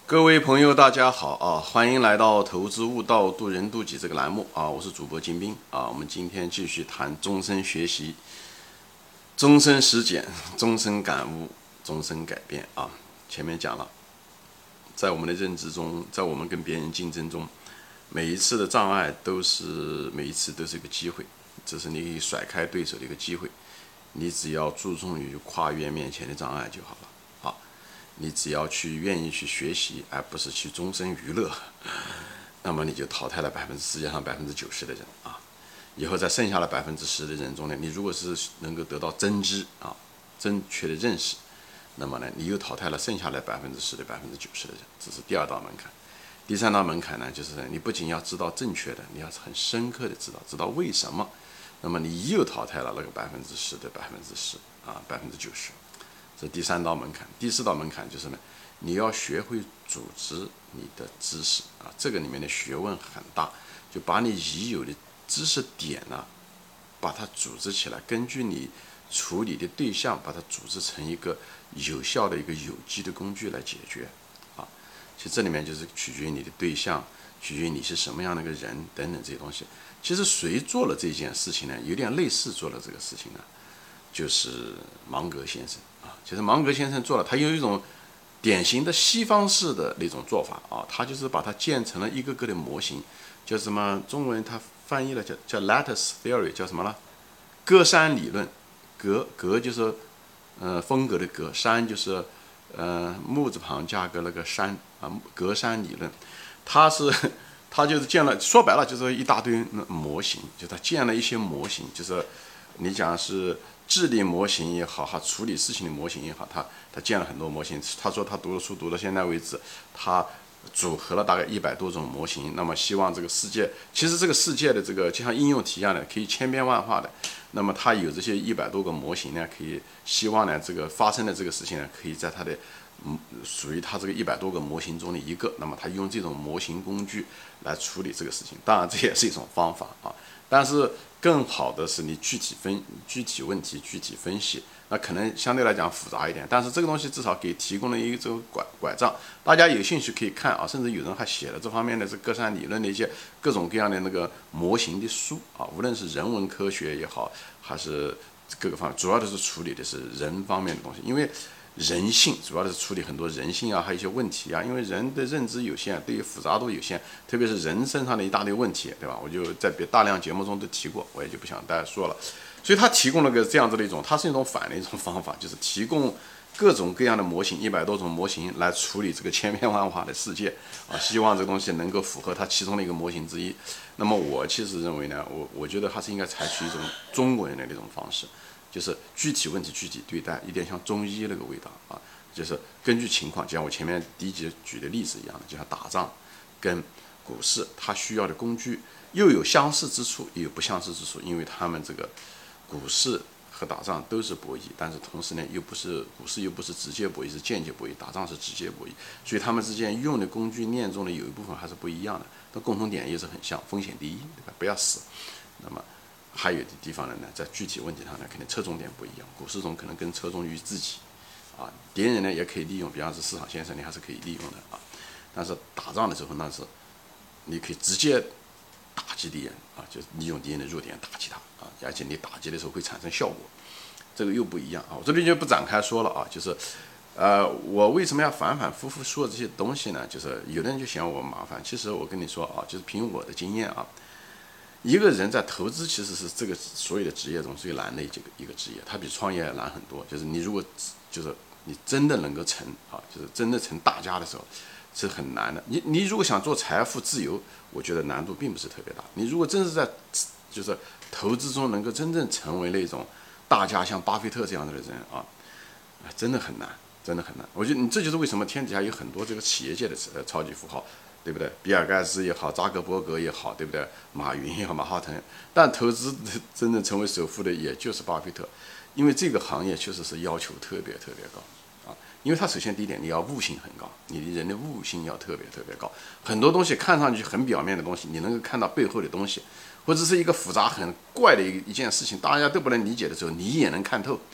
各位朋友，大家好啊！欢迎来到投资悟道，渡人渡己这个栏目啊！我是主播金兵啊！我们今天继续谈终身学习、终身实践、终身感悟、终身改变啊！前面讲了，在我们的认知中，在我们跟别人竞争中，每一次的障碍每一次都是一个机会，这是你可以甩开对手的一个机会。你只要注重于跨越面前的障碍就好了。你只要愿意去学习，而不是去终身娱乐，那么你就淘汰了世界上90%的人啊。以后在剩下的10%的人中呢，你如果是能够得到真知啊、正确的认识，那么呢，你又淘汰了剩下的10%的90%的人，这是第二道门槛。第三道门槛呢，就是你不仅要知道正确的，你要很深刻的知道为什么，那么你又淘汰了那个10%的10%啊90%。这第三道门槛，第四道门槛就是呢，你要学会组织你的知识啊，这个里面的学问很大，就把你已有的知识点呢，把它组织起来，根据你处理的对象，把它组织成一个有效的一个有机的工具来解决啊。其实这里面就是取决于你的对象，取决于你是什么样的一个人等等这些东西。其实谁做了这件事情呢？有点类似做了这个事情呢，就是芒格先生。其实芒格先生做了，他有一种典型的西方式的那种做法啊，他就是把它建成了一个个的模型，叫什么？中文他翻译了叫 lattice theory， 叫什么呢？格栅理论。格就是风格的格，山就是木字旁加个那个山啊，格栅理论。他就是建了，说白了就是一大堆模型，就他建了一些模型，就是你讲是智力模型也好，处理事情的模型也好，他建了很多模型。他说他读书读到现在为止，他组合了大概100多种模型。那么希望这个世界，其实这个世界的这个就像应用题一样的，可以千变万化的。那么他有这些100多个模型呢，可以希望呢这个发生的这个事情呢，可以在他的属于他这个100多个模型中的一个。那么他用这种模型工具来处理这个事情，当然这也是一种方法啊。但是更好的是你具体问题具体分析，那可能相对来讲复杂一点，但是这个东西至少给提供了一个这个拐杖，大家有兴趣可以看啊，甚至有人还写了这方面的这格栅理论的一些各种各样的那个模型的书啊，无论是人文科学也好，还是各个方面，主要都是处理的是人方面的东西，因为人性主要的是处理很多人性啊，还有一些问题啊，因为人的认知有限，对于复杂度有限，特别是人身上的一大堆问题，对吧？我就在大量节目中都提过，我也就不想大家说了。所以他提供了个这样子的一种，它是一种反的一种方法，就是提供各种各样的模型，100多种模型来处理这个千变万化的世界啊，希望这个东西能够符合它其中的一个模型之一。那么我其实认为呢，我觉得还是应该采取一种中国人的那种方式。就是具体问题具体对待，有点像中医那个味道啊，就是根据情况，就像我前面第一集举的例子一样的，就像打仗跟股市，它需要的工具又有相似之处，也有不相似之处，因为他们这个股市和打仗都是博弈，但是同时呢，股市又不是直接博弈，是间接博弈，打仗是直接博弈，所以他们之间用的工具链中的有一部分还是不一样的，但共同点也是很像，风险第一，对吧？不要死。那么还有的地方呢，在具体问题上呢，肯定侧重点不一样。股市中可能更侧重于自己，啊，敌人呢也可以利用，比方说市场先生，你还是可以利用的啊。但是打仗的时候，那是你可以直接打击敌人啊，就是利用敌人的弱点打击他啊，而且你打击的时候会产生效果，这个又不一样啊。我这里就不展开说了啊，就是，我为什么要反反复复说这些东西呢？就是有的人就嫌我麻烦，其实我跟你说啊，就是凭我的经验啊。一个人在投资其实是这个所有的职业中最难的一个职业，它比创业难很多。就是你如果就是你真的能够成啊，就是真的成大家的时候，是很难的。你如果想做财富自由，我觉得难度并不是特别大。你如果真是在就是投资中能够真正成为那种大家像巴菲特这样的人啊，真的很难，真的很难。我觉得这就是为什么天底下有很多这个企业界的超级富豪。对不对？比尔盖茨也好，扎克伯格也好，对不对？马云也好，马化腾，但投资真正成为首富的也就是巴菲特，因为这个行业确实是要求特别特别高啊。因为它首先第一点，你要悟性很高，你的人的悟性要特别特别高。很多东西看上去很表面的东西，你能够看到背后的东西，或者是一个复杂很怪的一件事情，大家都不能理解的时候，你也能看透。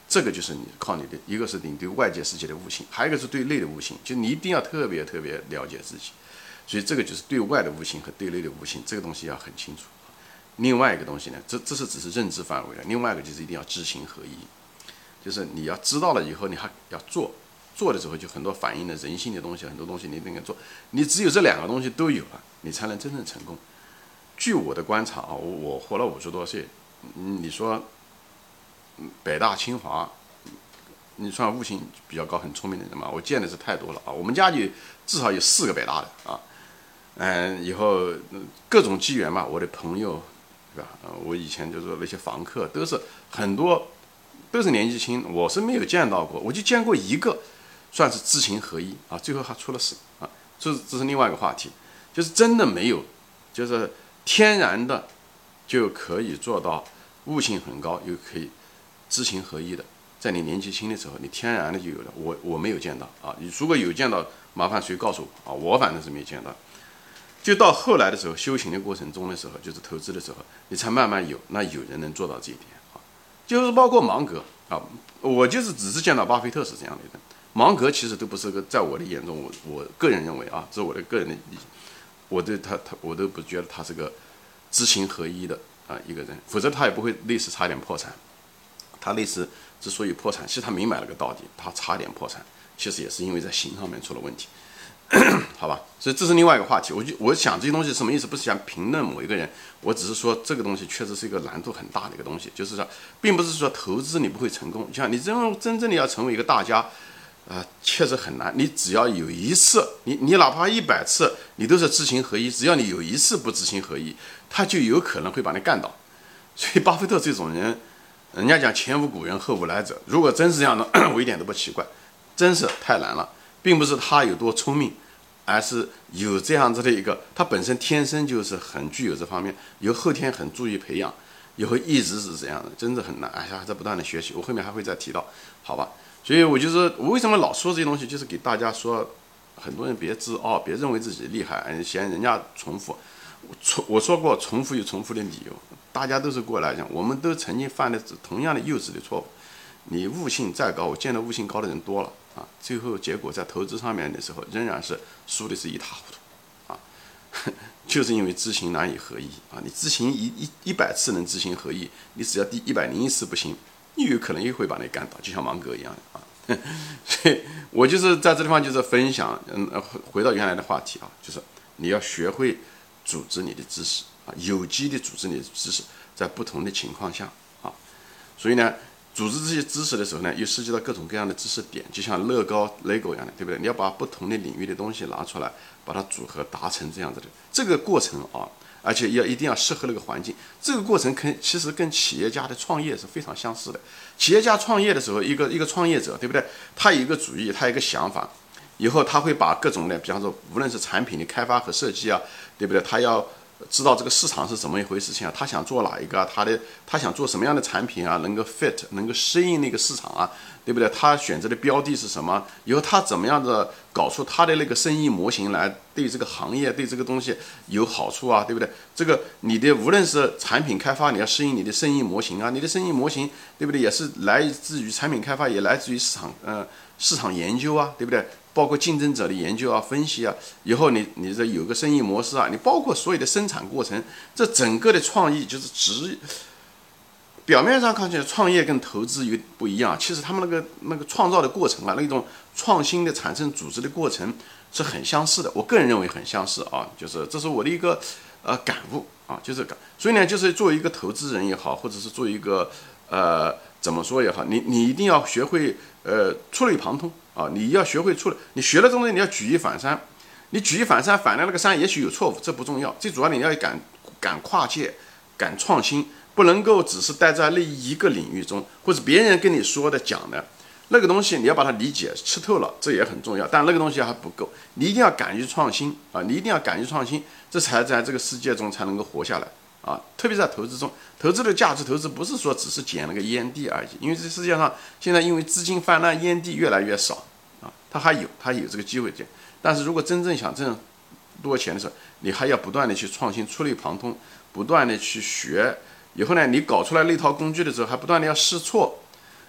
这个就是你靠你的，一个是你对外界世界的悟性，还有一个是对内的悟性，就你一定要特别了解自己。所以这个就是对外的悟性和对内的悟性，这个东西要很清楚。另外一个东西呢，这是只是认知范围的，另外一个就是一定要知行合一，就是你要知道了以后，你还要做，做的时候就很多反映了人性的东西，很多东西你应该做，你只有这两个东西都有了，你才能真正成功。据我的观察啊，我活了50多岁，你说北大清华，你算悟性比较高、很聪明的人嘛？我见的是太多了啊！我们家里至少有4个北大的啊，以后各种机缘嘛，我的朋友，对吧？我以前就是那些房客都是很多都是年纪轻，我是没有见到过，我就见过一个，算是知行合一啊，最后还出了事啊，这是另外一个话题，就是真的没有，就是天然的就可以做到悟性很高，又可以知行合一的，在你年纪轻的时候，你天然的就有了。我没有见到啊，如果有见到，麻烦谁告诉我啊？我反正是没见到。就到后来的时候，修行的过程中的时候，就是投资的时候，你才慢慢有人能做到这一点啊。就是包括芒格啊，我就是只是见到巴菲特是这样的人，芒格其实都不是个，在我的眼中，我个人认为啊，这是我的个人的意见，我对他我都不觉得他是个知行合一的啊一个人，否则他也不会类似差点破产。他类似之所以破产，其实他明白了个道理，他差点破产，其实也是因为在行上面出了问题。好吧，所以这是另外一个话题。我想这些东西什么意思？不是想评论某一个人，我只是说这个东西确实是一个难度很大的一个东西，就是说，并不是说投资你不会成功，像你真正的要成为一个大家，确实很难。你只要有一次，你哪怕100次，你都是知行合一，只要你有一次不知行合一，他就有可能会把你干倒。所以巴菲特这种人，人家讲前无古人后无来者，如果真是这样的，我一点都不奇怪，真是太难了。并不是他有多聪明，而是有这样子的一个，他本身天生就是很具有这方面，有后天很注意培养，以后一直是这样的，真的很难。还在不断的学习，我后面还会再提到，好吧？所以我就是我为什么老说这些东西，就是给大家说，很多人别自傲，别认为自己厉害，嫌人家重复。我说过，重复有重复的理由，大家都是过来讲，我们都曾经犯的同样的幼稚的错误。你悟性再高，我见到悟性高的人多了啊，最后结果在投资上面的时候，仍然是输的是一塌糊涂啊，就是因为知行难以合一啊。你知行100次能知行合一，你只要第101次不行，你有可能又会把你干倒，就像芒格一样的啊。所以我就是在这地方就是分享，回到原来的话题啊，就是你要学会组织你的知识啊，有机的组织你的知识，在不同的情况下啊，所以呢。组织这些知识的时候呢，又涉及到各种各样的知识点，就像乐高 Lego 一样的，对不对？你要把不同的领域的东西拿出来，把它组合达成这样子的这个过程啊，而且一定要适合那个环境。这个过程其实跟企业家的创业是非常相似的。企业家创业的时候，一个创业者，对不对？他有一个主意，他有一个想法，以后他会把各种的，比方说无论是产品的开发和设计啊，对不对？他要知道这个市场是怎么一回事情啊，他想做哪一个啊？他想做什么样的产品啊？能够 fit， 能够适应那个市场啊，对不对？他选择的标的是什么？以后他怎么样的搞出他的那个生意模型来，对这个行业对这个东西有好处啊，对不对？这个你的无论是产品开发，你要适应你的生意模型啊，你的生意模型对不对？也是来自于产品开发，也来自于市场研究啊，对不对？包括竞争者的研究啊、分析啊，以后你这有个生意模式啊，你包括所有的生产过程，这整个的创意就是表面上看起来创业跟投资有不一样，其实他们那个创造的过程啊，那种创新的产生组织的过程是很相似的。我个人认为很相似啊，就是这是我的一个感悟啊，就是所以呢，就是作为一个投资人也好，或者是作为一个怎么说也好，你一定要学会触类旁通。啊，你要学会你学了这东西，你要举一反三。你举一反三，反了那个山也许有错误，这不重要。最主要你要敢跨界，敢创新，不能够只是待在那一个领域中，或者别人跟你说的讲的那个东西，你要把它理解吃透了，这也很重要。但那个东西还不够，你一定要敢于创新啊！你一定要敢于创新，这才在这个世界中才能够活下来啊！特别在投资中，投资的价值投资不是说只是捡了个烟蒂而已，因为这世界上现在因为资金泛滥，烟蒂越来越少。他有这个机会点，但是如果真正想挣多钱的时候，你还要不断的去创新，触类旁通，不断的去学。以后呢，你搞出来那套工具的时候，还不断的要试错，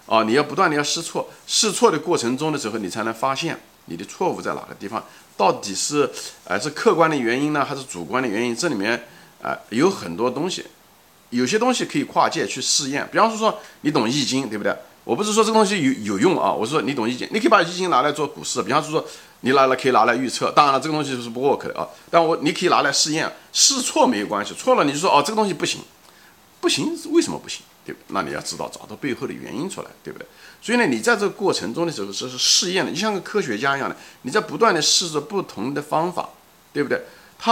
啊，你要不断的要试错，试错的过程中的时候，你才能发现你的错误在哪个地方，到底是是客观的原因呢，还是主观的原因？这里面有很多东西，有些东西可以跨界去试验。比方说你懂易经，对不对？我不是说这个东西有用啊，我是说你懂易经，你可以把易经拿来做股市。比方说你可以拿来预测，当然了，这个东西是不 work 的啊。但你可以拿来试验，试错没有关系，错了你就说这个东西不行，不行为什么不行？对不对？那你要知道找到背后的原因出来，对不对？所以呢，你在这个过程中的时候是试验的，就像个科学家一样的，你在不断的试着不同的方法，对不对？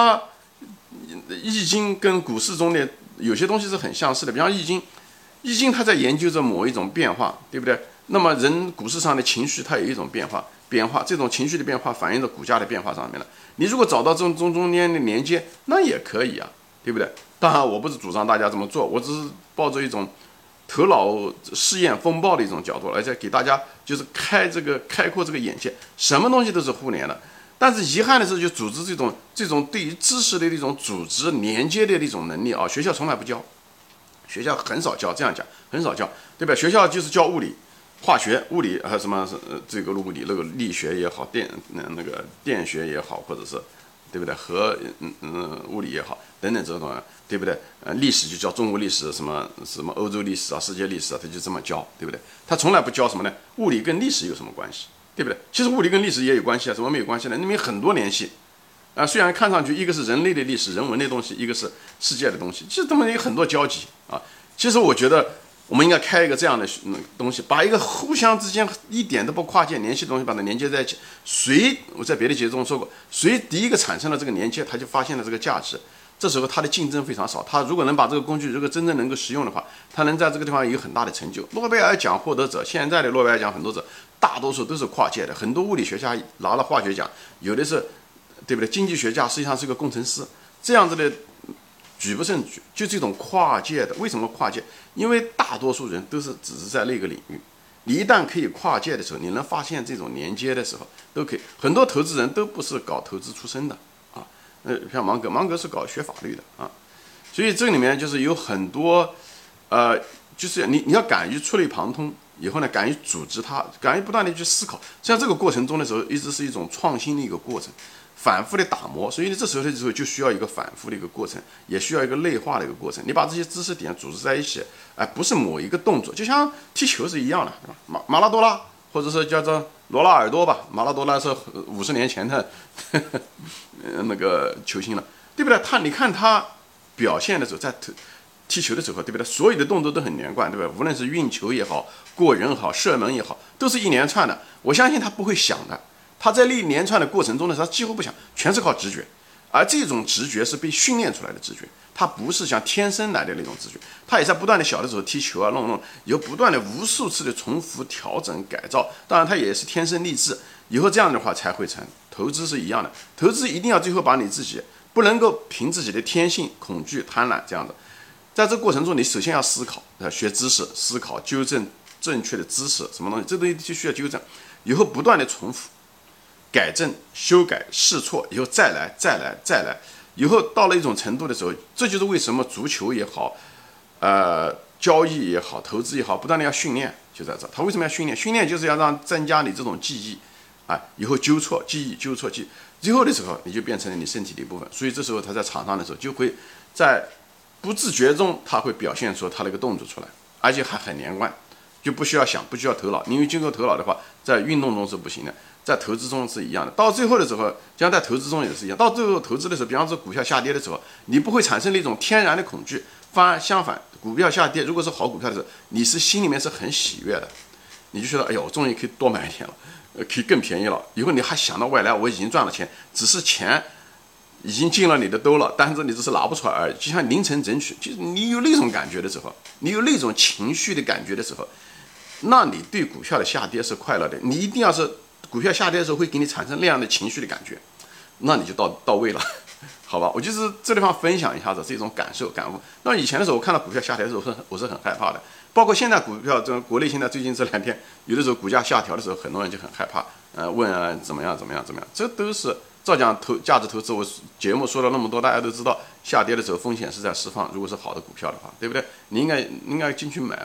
易经跟股市中的有些东西是很相似的，比方易经它在研究着某一种变化，对不对？那么股市上的情绪它有一种变化，这种情绪的变化反映在股价的变化上面了。你如果找到这种中间的连接，那也可以啊，对不对？当然，我不是主张大家这么做，我只是抱着一种头脑试验风暴的一种角度，而且给大家就是开阔这个眼界，什么东西都是互联的。但是遗憾的是，就组织这种对于知识的一种组织连接的一种能力啊，学校从来不教，学校很少教，这样讲很少教，对吧？学校就是教物理、化学、物理还有什么这个物理那个力学也好，那个电学也好，或者是对不对？物理也好，等等这种，对不对？历史就教中国历史，什么欧洲历史啊、世界历史啊，他就这么教，对不对？他从来不教什么呢？物理跟历史有什么关系？对不对？其实物理跟历史也有关系啊，怎么没有关系呢？那边很多联系啊。虽然看上去一个是人类的历史、人文的东西，一个是世界的东西，其实他们有很多交集啊。其实我觉得我们应该开一个这样的东西，把一个互相之间一点都不跨界联系的东西把它连接在一起。我在别的节目中说过，谁第一个产生了这个连接，他就发现了这个价值。这时候他的竞争非常少，他如果能把这个工具如果真正能够使用的话，他能在这个地方有很大的成就。诺贝尔奖获得者，现在的诺贝尔奖很多者大多数都是跨界的，很多物理学家拿了化学奖，有的是，对不对？经济学家实际上是个工程师，这样子的举不胜举。就这种跨界的，为什么跨界？因为大多数人都是只是在那个领域，你一旦可以跨界的时候，你能发现这种连接的时候，都可以。很多投资人都不是搞投资出身的啊，像芒格是学法律的啊，所以这里面就是有很多，就是你要敢于触类旁通。以后呢，敢于组织它，敢于不断的去思考，像这个过程中的时候，一直是一种创新的一个过程，反复的打磨。所以呢，这时候就需要一个反复的一个过程，也需要一个内化的一个过程。你把这些知识点组织在一起，不是某一个动作，就像踢球是一样的，对吧？马拉多纳，或者是叫做罗纳尔多吧，马拉多纳是50年前的那个球星了，对不对？你看他表现的时候，在踢球的时候，对不对？所有的动作都很连贯，对吧？无论是运球也好，过人好，射门也好，都是一连串的。我相信他不会想的，他在一连串的过程中的时候，他几乎不想，全是靠直觉。而这种直觉是被训练出来的直觉，他不是像天生来的那种直觉。他也在不断的小的时候踢球啊，弄，有不断的无数次的重复调整改造。当然，他也是天生丽质，以后这样的话才会成。投资是一样的，投资一定要最后把你自己不能够凭自己的天性、恐惧、贪婪这样的。在这个过程中，你首先要思考，学知识，思考，纠正正确的知识，什么东西，这东西就需要纠正，以后不断的重复、改正、修改、试错，以后再来，以后到了一种程度的时候，这就是为什么足球也好，交易也好，投资也好，不断的要训练，就在这。他为什么要训练？训练就是要增加你这种记忆，以后纠错记忆，最后的时候你就变成了你身体的一部分。所以这时候他在场上的时候，就会在不自觉中，他会表现出他那个动作出来，而且还很连贯，就不需要想，不需要头脑。因为经过头脑的话，在运动中是不行的，在投资中是一样的。到最后的时候，像在投资中也是一样。到最后投资的时候，比方说股票下跌的时候，你不会产生那种天然的恐惧，反而相反，股票下跌，如果是好股票的时候，你是心里面是很喜悦的，你就觉得哎呦，我终于可以多买一点了，可以更便宜了。以后你还想到未来，我已经赚了钱，只是钱已经进了你的兜了，但是你只是拿不出来而已。就像凌晨整取，就是你有那种感觉的时候，你有那种情绪的感觉的时候，那你对股票的下跌是快乐的。你一定要是股票下跌的时候会给你产生那样的情绪的感觉，那你就到位了，好吧？我就是这地方分享一下子这种感受感悟。那以前的时候，我看到股票下跌的时候，我是很害怕的。包括现在股票，国内现在最近这2天，有的时候股价下调的时候，很多人就很害怕，问怎么样，这都是照讲价值投资。我节目说了那么多，大家都知道，下跌的时候风险是在释放。如果是好的股票的话，对不对？你应该进去买啊。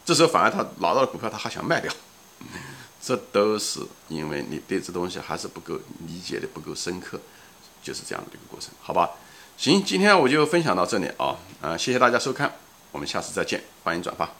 这时候反而他拿到了股票，他还想卖掉，这都是因为你对这东西还是不够理解的不够深刻，就是这样的一个过程，好吧？行，今天我就分享到这里啊，谢谢大家收看，我们下次再见，欢迎转发。